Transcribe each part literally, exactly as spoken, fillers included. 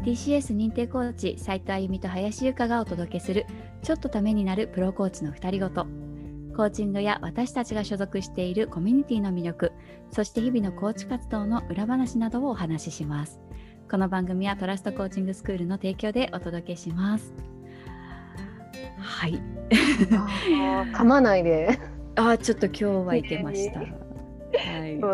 ティーシーエス 認定コーチ斉藤あゆみと林由香がお届けするちょっとためになるプロコーチの二人ごと。コーチングや私たちが所属しているコミュニティの魅力、そして日々のコーチ活動の裏話などをお話しします。この番組はトラストコーチングスクールの提供でお届けします。はいあ噛まないであちょっと今日はいけました、はい、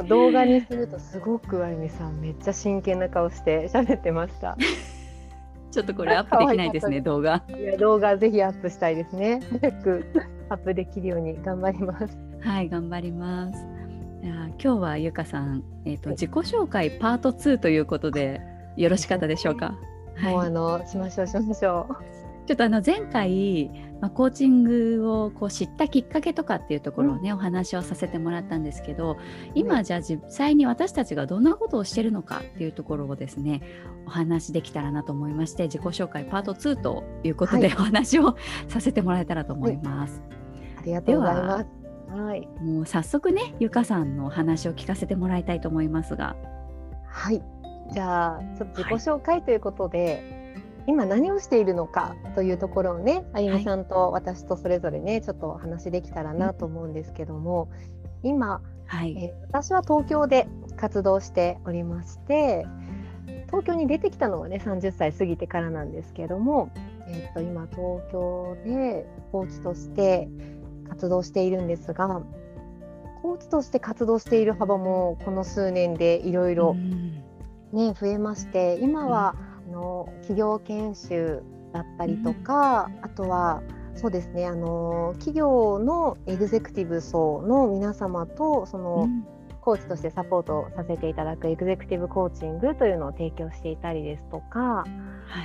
動画にするとすごくあゆみさんめっちゃ真剣な顔して喋ってましたちょっとこれアップできないですね動画。 いや動画ぜひアップしたいですね。早くアップできるように頑張ります。 はい頑張ります。いや今日はゆかさん、えーと、自己紹介パートツーということでよろしかったでしょうか。 もうあの、はい、しましょうしましょう。 ちょっとあの前回、まあ、コーチングをこう知ったきっかけとかっていうところをね、うん、お話をさせてもらったんですけど、今じゃあ実際に私たちがどんなことをしてるのかっていうところをですねお話できたらなと思いまして、自己紹介パートツーということで、はい、お話をさせてもらえたらと思います、はい、 ありがとうございます。はい、 もう早速ねゆかさんのお話を聞かせてもらいたいと思いますが。 はい、じゃあちょっと自己紹介ということで、はい今何をしているのかというところをねあゆみさんと私とそれぞれね、はい、ちょっとお話できたらなと思うんですけども、今、はいえー、私は東京で活動しておりまして、東京に出てきたのはねさんじゅっさい過ぎてからなんですけども、えー、と今東京でコーチとして活動しているんですが、コーチとして活動している幅もこの数年でいろいろね増えまして、今は、うんあの企業研修だったりとか、うん、あとはそうですねあの企業のエグゼクティブ層の皆様とその、うん、コーチとしてサポートさせていただくエグゼクティブコーチングというのを提供していたりですとか、はい、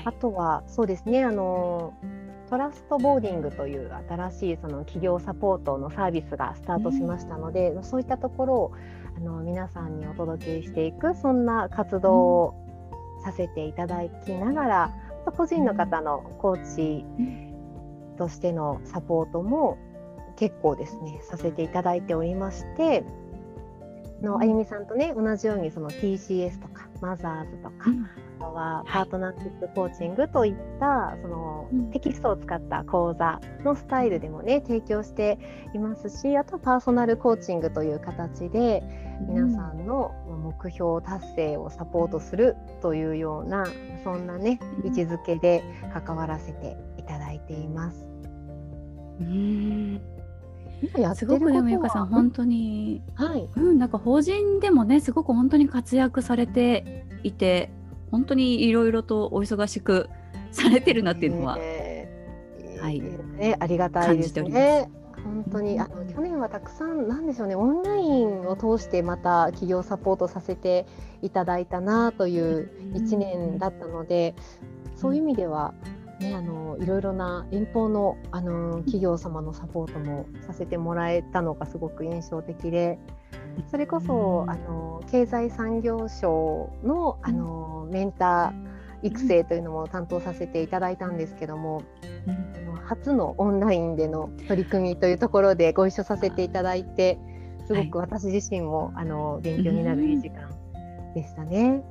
あとはそうですねあのトラストボーディングという新しいその企業サポートのサービスがスタートしましたので、うん、そういったところをあの皆さんにお届けしていくそんな活動を、うんさせていただきながら、個人の方のコーチとしてのサポートも結構ですねさせていただいておりまして、のあゆみさんとね同じようにその ティーシーエス とかマザーズとか、うん、あとはパートナーシップコーチングといったその、うん、テキストを使った講座のスタイルでもね提供していますし、あとはパーソナルコーチングという形で皆さんの目標達成をサポートするというようなそんなね位置づけで関わらせていただいています。 うーんすごくでもゆかさん本当に、はいうん、なんか法人でもねすごく本当に活躍されていて、本当にいろいろとお忙しくされてるなっていうのは、えーはいえー、ありがたいですね。本当にあの去年はたくさんなんでしょうねオンラインを通してまた企業サポートさせていただいたなといういちねんだったので、そういう意味ではね、あのいろいろな遠方の、あの企業様のサポートもさせてもらえたのがすごく印象的で、それこそあの経済産業省の、あのメンター育成というのも担当させていただいたんですけども、あの初のオンラインでの取り組みというところでご一緒させていただいて、すごく私自身もあの勉強になるいい時間でしたね。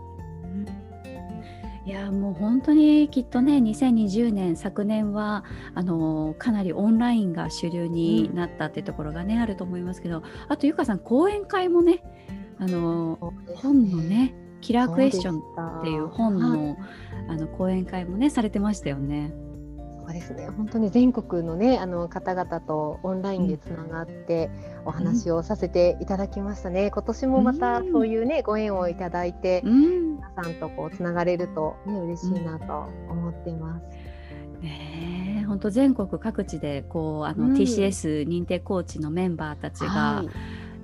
いやもう本当にきっとねにせんにじゅうねん昨年はあのかなりオンラインが主流になったっていうところがね、うん、あると思いますけど、あとゆかさん講演会もねあの、ね、本のねキラークエスチョンっていう本の、あの講演会もねされてましたよね。 そうですね本当に全国のねあの方々とオンラインでつながってお話をさせていただきましたね、うん、今年もまたそういうね、うん、ご縁をいただいて、うん、皆さんとこうつながれると、ね、嬉しいなと思っています、 うんね、本当全国各地でこうあの、うん、ティーシーエス 認定コーチのメンバーたちが、はい、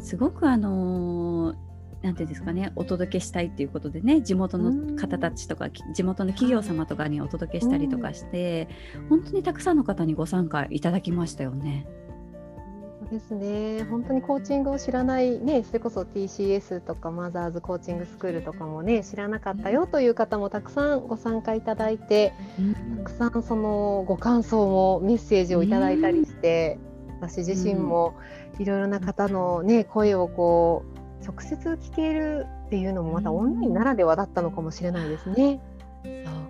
すごくあのなんていうんですかね、お届けしたいっていうことでね地元の方たちとか、うん、地元の企業様とかにお届けしたりとかして、うん、本当にたくさんの方にご参加いただきましたよね。 そうですね本当にコーチングを知らない、ね、それこそ ティーシーエス とかマザーズコーチングスクールとかもね知らなかったよという方もたくさんご参加いただいて、うん、たくさんそのご感想もメッセージをいただいたりして、うん、私自身もいろいろな方の、ね、声をこう直接聞けるっていうのもまたオンラインならではだったのかもしれないですね。 そ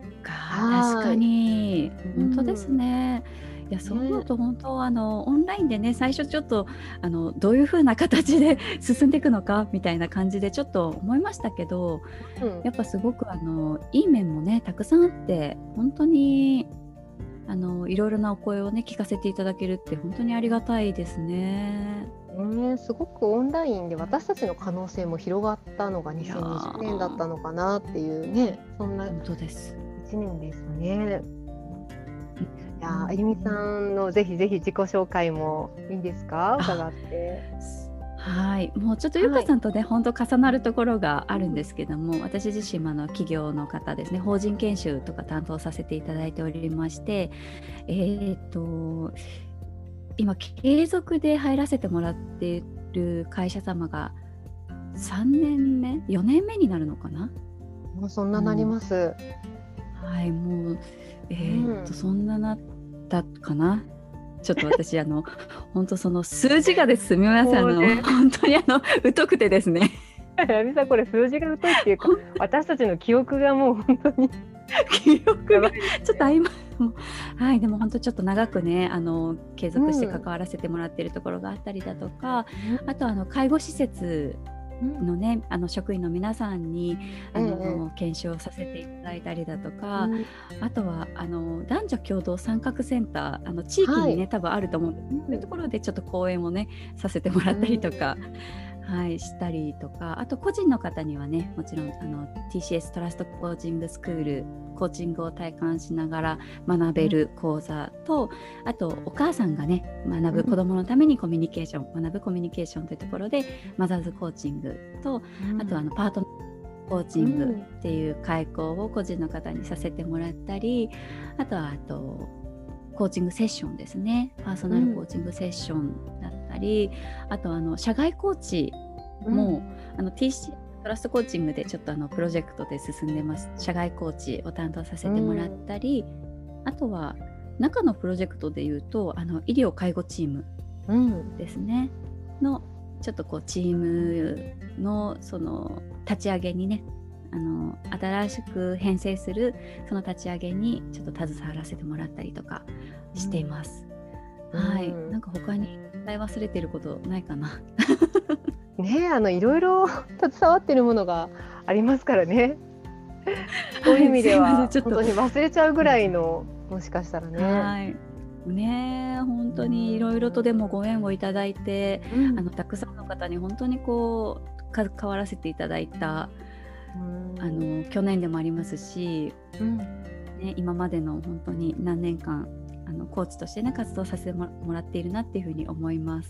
確かに本当ですうんね。いやそう思うね、 と本当あのオンラインでね最初ちょっとあのどういう風な形で進んでいくのかみたいな感じでちょっと思いましたけど、 うん、 やっぱすごくあのいい面もねたくさんあって本当にあのいろいろなお声をね聞かせていただけるって本当にありがたいですね。 ね、すごくオンラインで私たちの可能性も広がったのがいやにせんにじゅうねんだっーたのかなっていうね、そんな本当です。 いちねんでしたね。いやー、あうんゆみさんのぜひぜひ自己紹介もいいですか、伺あって。 はい、もうちょっとゆはい。 かさんとね、本当重なるところがあるんでうん、 すけども、私自身もあの企業の方ですね、法人研修とか担当させていただいておりまして、えーっと、今、継続で入らせてもらっている会社様がさんねんめ、よねんめになるのかな。 もうそんななりもます。 う、はい、もう、えうーっと、 ん。 そんななったかな。ちょっと私、あの、本当その数字がですみません、あの、 もうね、 本当にあの、疎くてですね。 あゆみさん、これ数字が疎いっていうか、私たちの記憶がもう本当に記憶がやばいですちょっとね。 曖昧もはい、でも本当ちょっと長くねあの継う続して関ん。 わらせてもらっているところがあったりだとか、 うん。 あとあの介護施設うん。 のねあの職員の皆さんにあええ。 の研修をさせていただいたりだとか、 うん。 あとはあの男女共同参画センターあの地域はい。 にね多分あると思うんですけど、そういうとうん。 ころでちょっと講演をねさせてもらったりうん。 とか、はい、したりとか、あと個人の方にはねもちろんあの ティーシーエス トラストコーチングスクールコーチングを体感しながら学べる講座と、あとお母さんがね学ぶ子どものためにコミュニケーション学ぶコミュニケーションというところでマザーズコーチングと、あとあのパートナーコーチングっていう開講を個人の方にさせてもらったり、あとはあとコーチングセッションですね、パーソナルコーチングセッションだったり、あとあの社外コーチも、うん、あの ティーシー トラストコーチングでちょっとあのプロジェクトで進んでます。社外コーチを担当させてもらったり、うん、あとは中のプロジェクトでいうとあの医療介護チームですね、うん、のちょっとこうチームのその立ち上げにねあの新しく編成するその立ち上げにちょっと携わらせてもらったりとかしています、うん、はい、なんか他に伝え忘れてることないかなね、あのいろいろ携わってるものがありますからね。そういう意味では、はい、本当に忘れちゃうぐらいの、もしかしたらね。 はいね、本当にいろいろとでもご縁をいただいて、うん、あのたくさんの方に本当にこう関わらせていただいた、うん、あの去年でもありますし、うんね、今までの本当に何年間あのコーチとして、ね、活動させてもらっているなっていうふうに思います。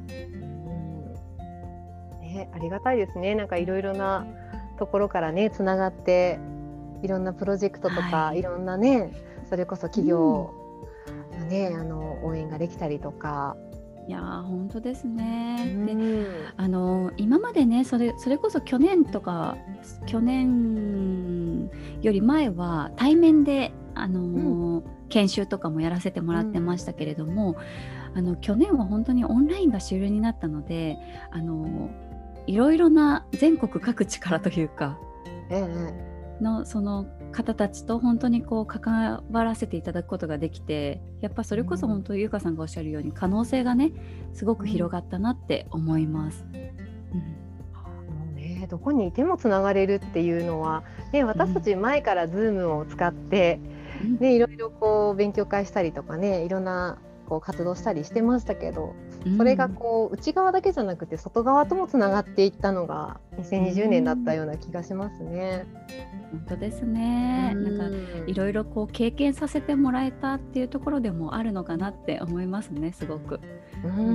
ね、ありがたいですね。なんかいろいろなところからねつながっていろんなプロジェクトとか、はい、いろんなねそれこそ企業のね、うん、あの応援ができたりとか。 いや本当ですね、うん、であの今までねそれ、それこそ去年とか去年より前は対面であの、うん、研修とかもやらせてもらってましたけれども、うん、あの去年は本当にオンラインが主流になったのであのいろいろな全国各地からというか、ええ、のその方たちと本当にこう関わらせていただくことができて、やっぱそれこそ本当に優香さんがおっしゃるように可能性がねすごく広がったなって思います、うんもうね、どこにいてもつながれるっていうのは、ね、私たち前から Zoom を使って、うんね、いろいろこう勉強会したりとかねいろんなこう活動したりしてましたけど、それがこう内側だけじゃなくて外側ともつながっていったのがにせんにじゅうねんだったような気がしますね。 本当ですね。なんかいろいろこう経験させてもらえたっていうところでもあるのかなって思いますね、すごく。うん、うん、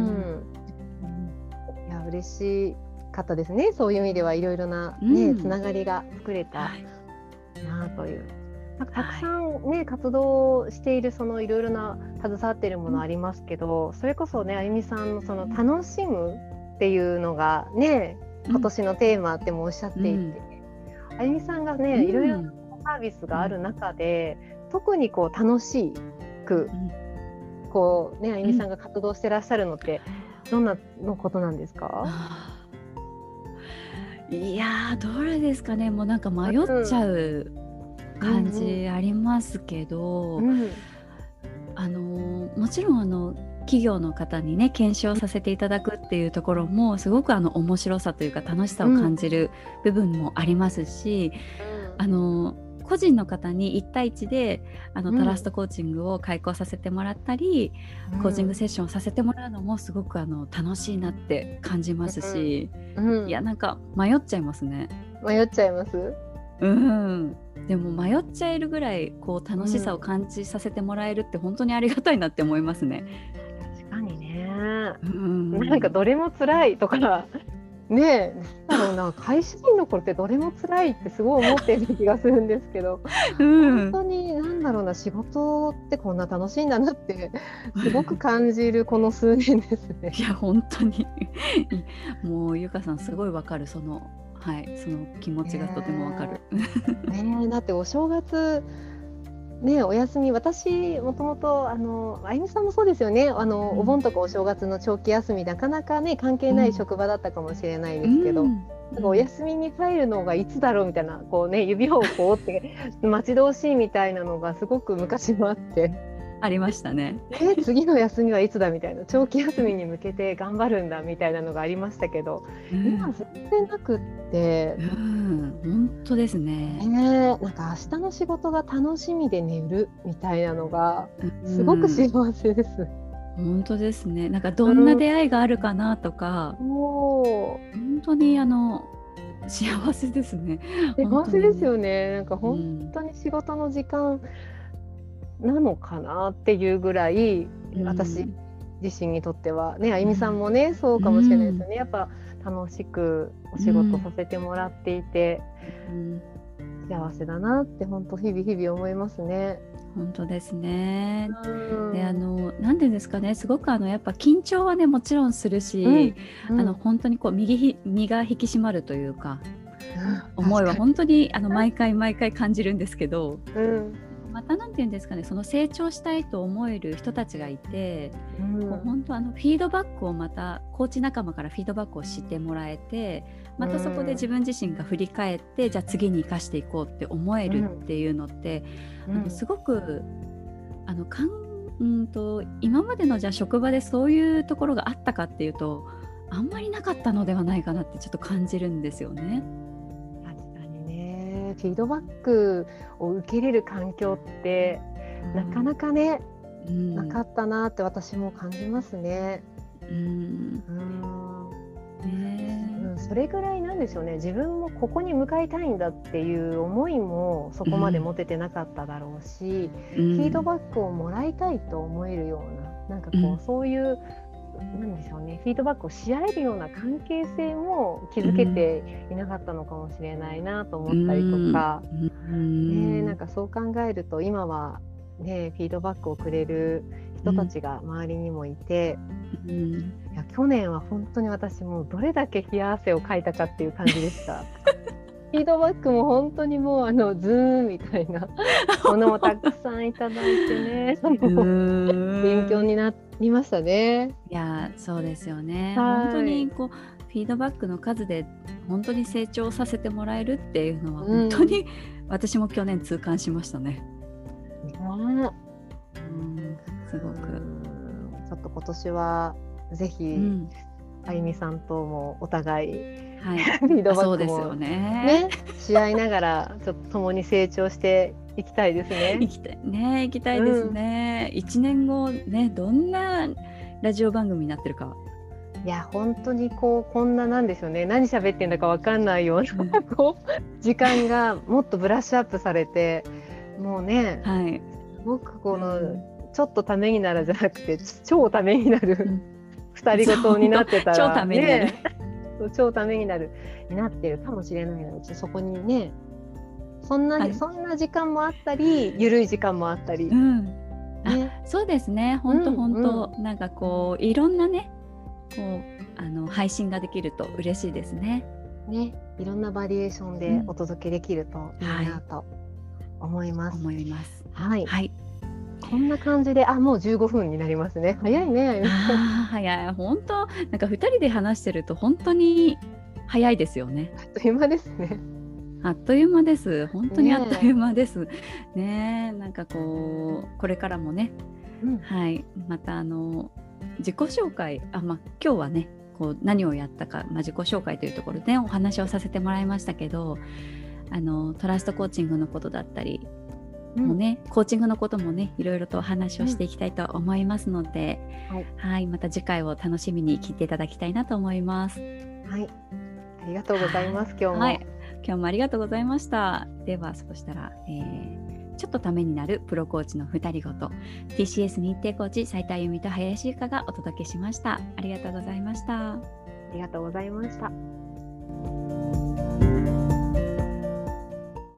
いや嬉しかったですね。そういう意味ではいろいろな、ねうん、つながりが作れたなという。なんかたくさん、ねはい、活動しているそのいろいろな携わっているものありますけど、うん、それこそねあゆみさんのその楽しむっていうのがね、うん、今年のテーマってもおっしゃっていて、うん、あゆみさんがね、うん、いろいろなサービスがある中で、うん、特にこう楽しく、うん、こうねあゆみさんが活動してらっしゃるのって、どんなのことなんですか？ いやーどれですかね、もうなんか迷っちゃう、 感じありますけど、 うんうん、 あのもちろんあの企業の方にね検証させていただくっていうところもすごくあの面白さというか楽しさを感じる部分もありますし、うん、あの個人の方にいち対いちであの、うん、トラストコーチングを開講させてもらったり、うん、コーチングセッションをさせてもらうのもすごくあの楽しいなって感じますし、うん、いやなんか迷っちゃいますね。 迷っちゃいます。 うん、でも迷っちゃえるぐらいこう楽しさを感じさせてもらえるって本当にありがたいなって思いますね。 確かにね、うん、なんかどれも辛いとかねえ、なんだろうな、会社員の頃ってどれも辛いってすごい思ってる気がするんですけど、うん、本当になんだろうな、仕事ってこんな楽しいんだなってすごく感じるこの数年ですね。 いや本当にもうゆかさんすごいわかる、そのはい、その気持ちがとてもわかる。 えーね、だってお正月ね、お休み、私もともとあのあゆみさんもそうですよね、あの、うん、お盆とかお正月の長期休みなかなかね関係ない職場だったかもしれないですけど、うん、なんかお休みに入るのがいつだろうみたいな、こうね指をこうって待ち遠しいみたいなのがすごく昔もあってありましたね。 え次の休みはいつだみたいな、長期休みに向けて頑張るんだみたいなのがありましたけど、うん、今全然なくって、 うん、本当ですね。 えー、なんか明日の仕事が楽しみで寝るみたいなのがすごく幸せです。 うん、本当ですね。なんかどんな出会いがあるかなとか、うん、本当にあの幸せですね。 幸せですよね。なんか本当に仕事の時間なのかなっていうぐらい、うん、私自身にとってはね、あゆみさんもね、うん、そうかもしれないですよね、やっぱ楽しくお仕事させてもらっていて、うん、幸せだなって本当日々日々思いますね。 本当ですね。うん、であのなんていうんですかね、すごくあのやっぱ緊張はねもちろんするし、うんうん、あの本当にこう身ぎ身が引き締まるというか、うん、思いは本当にあの毎回毎回感じるんですけど、うん、またなんていうんですかね、その成長したいと思える人たちがいて、うん、こう本当あのフィードバックをまたコーチ仲間からフィードバックをしてもらえて、またそこで自分自身が振り返って、うん、じゃあ次に生かしていこうって思えるっていうのって、うん、あのすごくあのかんうんと今までのじゃあ職場でそういうところがあったかっていうとあんまりなかったのではないかなってちょっと感じるんですよね。 フィードバックを受けれる環境って、うん、なかなかね、うん、なかったなって私も感じますね。うんうんねうん、それぐらいなんでしょうね、自分もここに向かいたいんだっていう思いもそこまで持ててなかっただろうし、うん、フィードバックをもらいたいと思えるような、なんかこう、うん、そういうなんでしょうね、フィードバックをし合えるような関係性も築けていなかったのかもしれないなと思ったりとか、うんね、なんかそう考えると今は、ね、フィードバックをくれる人たちが周りにもいて、うん、いや去年は本当に私もどれだけ冷や汗をかいたかっていう感じでした。フィードバックも本当にもうあのズーンみたいなものもたくさんいただいてね勉強になりましたね。 いやそうですよね、はい、本当にこうフィードバックの数で本当に成長させてもらえるっていうのは本当に、うん、私も去年痛感しましたね。うんすごくちょっと今年はぜひ、うんあゆみさんともお互い、はい、フィードバックも、ね、ね、し合いながらちょっと共に成長していきたいですね。 いきたいね、いきたいですね。いち、うん、ねんごね、どんなラジオ番組になってるか。 いや本当にこうこんななんでしょうね、何喋ってんだか分かんないような、うん、こう時間がもっとブラッシュアップされて、もうね、はい、すごくこの、うん、ちょっとためになるじゃなくて超ためになる。うん二人ごとになってたら超ためになる、 ね、超ためになるになってるかもしれないので、そこにねそんな、はい、そんな時間もあったりゆるい時間もあったり、うんね、 あそうですね、本当本当なんかこういろんなねこうあの配信ができると嬉しいですね。 ね、いろんなバリエーションでお届けできるといいなと思います。 うん、思います。 はい。はいこんな感じで、あ、もうじゅうごふんになりますね。早いね。 あ早い。本当なんかふたりで話してると本当に早いですよね。 あっという間ですね。 あっという間です。本当にあっという間です。ねえ、なんかこうこれからもね、うん、はい、またあの自己紹介、あ、まあ、今日はねこう何をやったか、まあ、自己紹介というところでお話をさせてもらいましたけど、あのトラストコーチングのことだったりもね、うん、コーチングのこともねいろいろとお話をしていきたいと思いますので、うん、はい、はい、また次回を楽しみに聞いていただきたいなと思います。 はい、ありがとうございます。今日も、 はい、今日もありがとうございました。ではそうしたら、えー、ちょっとためになるプロコーチのふたりごと ティーシーエス 認定コーチ斉田由美と林由香がお届けしました。ありがとうございました。 ありがとうございました。